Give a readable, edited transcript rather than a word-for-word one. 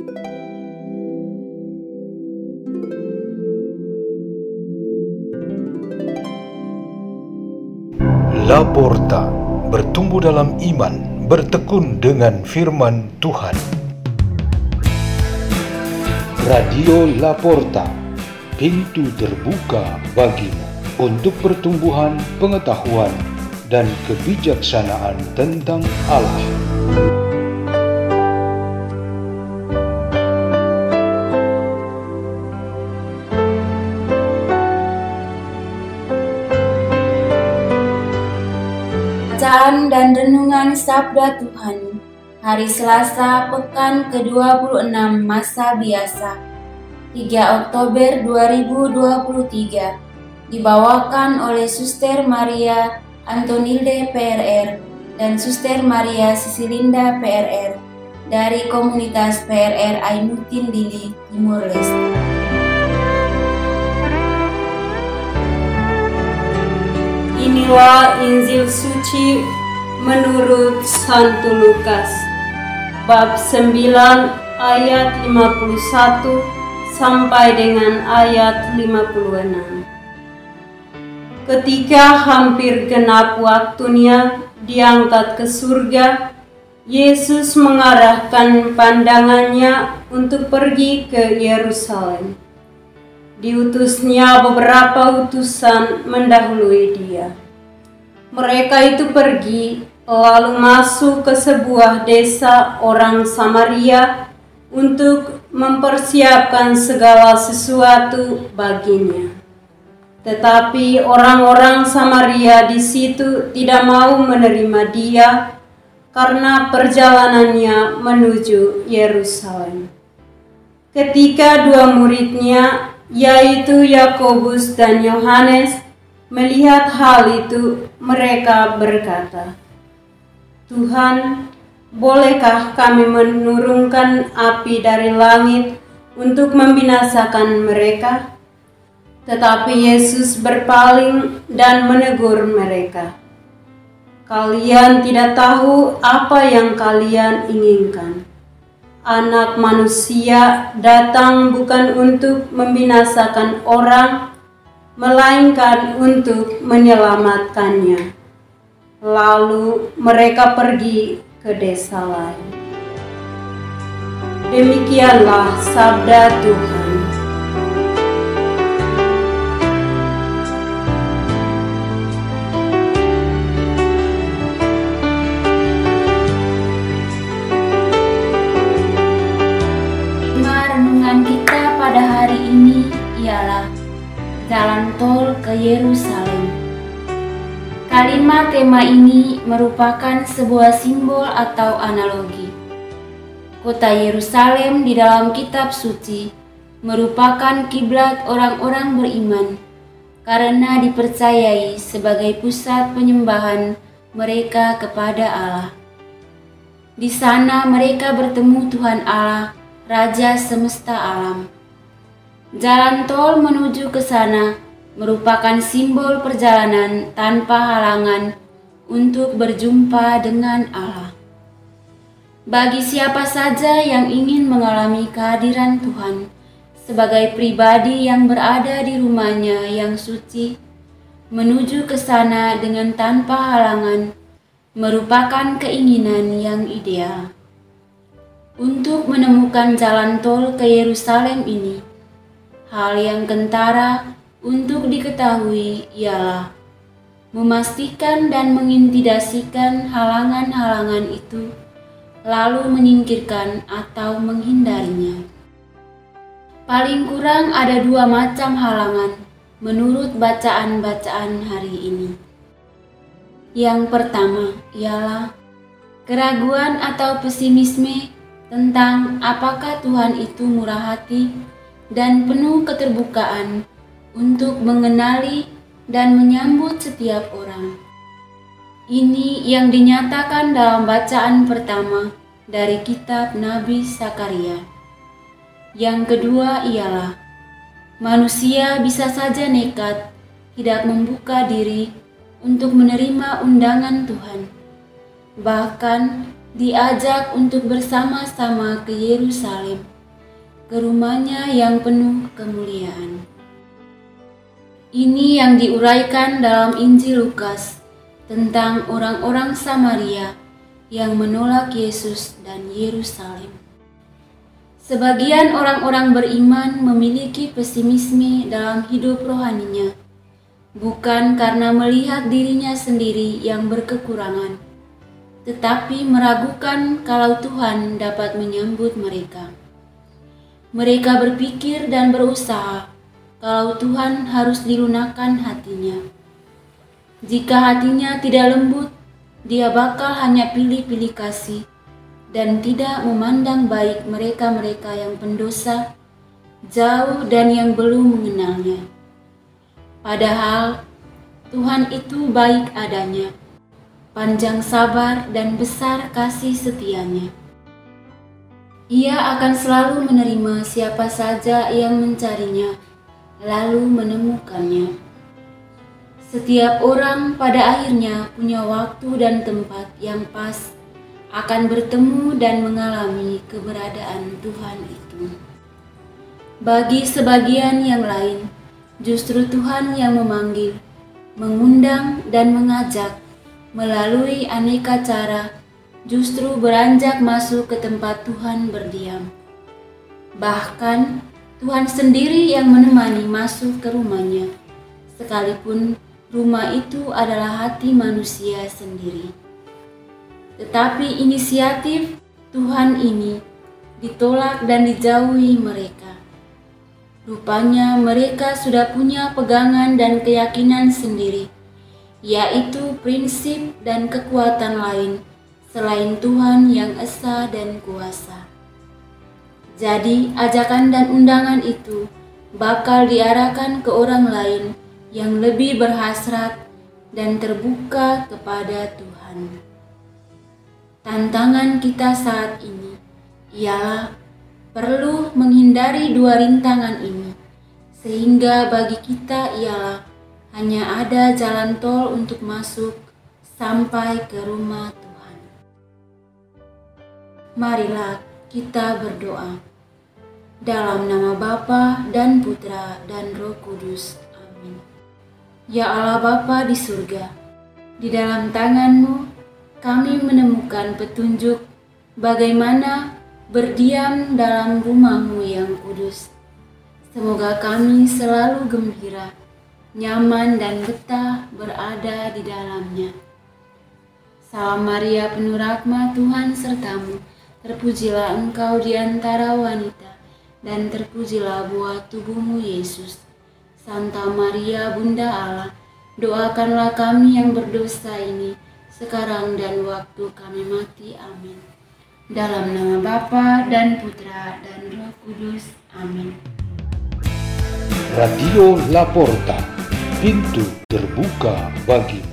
Laporta, bertumbuh dalam iman, bertekun dengan firman Tuhan. Radio Laporta, pintu terbuka bagimu untuk pertumbuhan pengetahuan dan kebijaksanaan tentang Allah. Bacaan dan renungan Sabda Tuhan hari Selasa pekan ke-26 masa biasa 3 Oktober 2023 dibawakan oleh Suster Maria Antonilde PRR dan Suster Maria Sisilinda PRR dari komunitas PRR Ainutin Dili, Timur Leste. Inilah Injil suci menurut Santo Lukas, bab 9 ayat 51 sampai dengan ayat 56. Ketika hampir genap waktunya diangkat ke surga, Yesus mengarahkan pandangannya untuk pergi ke Yerusalem. Diutusnya beberapa utusan mendahului dia. Mereka itu pergi, lalu masuk ke sebuah desa orang Samaria untuk mempersiapkan segala sesuatu baginya. Tetapi orang-orang Samaria di situ tidak mau menerima dia karena perjalanannya menuju Yerusalem. Ketika dua muridnya, yaitu Yakobus dan Yohanes, melihat hal itu, mereka berkata, "Tuhan, bolehkah kami menurunkan api dari langit untuk membinasakan mereka?" Tetapi Yesus berpaling dan menegur mereka, "Kalian tidak tahu apa yang kalian inginkan. Anak manusia datang bukan untuk membinasakan orang, melainkan untuk menyelamatkannya." Lalu mereka pergi ke desa lain. Demikianlah sabda Tuhan. Renungan kita pada hari ini ialah Jalan Tol ke Yerusalem. Kalimat tema ini merupakan sebuah simbol atau analogi. Kota Yerusalem di dalam kitab suci merupakan kiblat orang-orang beriman karena dipercayai sebagai pusat penyembahan mereka kepada Allah. Di sana mereka bertemu Tuhan Allah, Raja semesta alam. Jalan tol menuju ke sana merupakan simbol perjalanan tanpa halangan untuk berjumpa dengan Allah. Bagi siapa saja yang ingin mengalami kehadiran Tuhan sebagai pribadi yang berada di rumahnya yang suci, menuju ke sana dengan tanpa halangan merupakan keinginan yang ideal. Untuk menemukan jalan tol ke Yerusalem ini, hal yang kentara untuk diketahui ialah memastikan dan mengintimidasikan halangan-halangan itu, lalu menyingkirkan atau menghindarinya. Paling kurang ada dua macam halangan menurut bacaan-bacaan hari ini. Yang pertama ialah keraguan atau pesimisme tentang apakah Tuhan itu murah hati dan penuh keterbukaan untuk mengenali dan menyambut setiap orang. Ini yang dinyatakan dalam bacaan pertama dari kitab Nabi Zakaria. Yang kedua ialah manusia bisa saja nekat, tidak membuka diri untuk menerima undangan Tuhan, bahkan diajak untuk bersama-sama ke Yerusalem ke rumahnya yang penuh kemuliaan. Ini yang diuraikan dalam Injil Lukas tentang orang-orang Samaria yang menolak Yesus dan Yerusalem. Sebagian orang-orang beriman memiliki pesimisme dalam hidup rohaninya, bukan karena melihat dirinya sendiri yang berkekurangan, tetapi meragukan kalau Tuhan dapat menyambut mereka. Mereka berpikir dan berusaha kalau Tuhan harus dilunakkan hatinya. Jika hatinya tidak lembut, Dia bakal hanya pilih-pilih kasih dan tidak memandang baik mereka-mereka yang pendosa, jauh dan yang belum mengenalnya. Padahal Tuhan itu baik adanya, panjang sabar dan besar kasih setianya. Ia akan selalu menerima siapa saja yang mencarinya, lalu menemukannya. Setiap orang pada akhirnya punya waktu dan tempat yang pas akan bertemu dan mengalami keberadaan Tuhan itu. Bagi sebagian yang lain, justru Tuhan yang memanggil, mengundang dan mengajak melalui aneka cara, justru beranjak masuk ke tempat Tuhan berdiam. Bahkan Tuhan sendiri yang menemani masuk ke rumahnya, sekalipun rumah itu adalah hati manusia sendiri. Tetapi inisiatif Tuhan ini ditolak dan dijauhi mereka. Rupanya mereka sudah punya pegangan dan keyakinan sendiri, yaitu prinsip dan kekuatan lain selain Tuhan yang esa dan kuasa. Jadi ajakan dan undangan itu bakal diarahkan ke orang lain yang lebih berhasrat dan terbuka kepada Tuhan. Tantangan kita saat ini ialah perlu menghindari dua rintangan ini, sehingga bagi kita ialah hanya ada jalan tol untuk masuk sampai ke rumah Tuhan. Marilah kita berdoa. Dalam nama Bapa dan Putra dan Roh Kudus. Amin. Ya Allah Bapa di surga, di dalam tangan-Mu kami menemukan petunjuk bagaimana berdiam dalam rumah-Mu yang kudus. Semoga kami selalu gembira, nyaman dan betah berada di dalamnya. Salam Maria penuh rahmat, Tuhan sertamu. Terpujilah engkau di antara wanita, dan terpujilah buah tubuhmu Yesus. Santa Maria Bunda Allah, doakanlah kami yang berdosa ini, sekarang dan waktu kami mati. Amin. Dalam nama Bapa dan Putra dan Roh Kudus. Amin. Radio La Porta, pintu terbuka bagimu.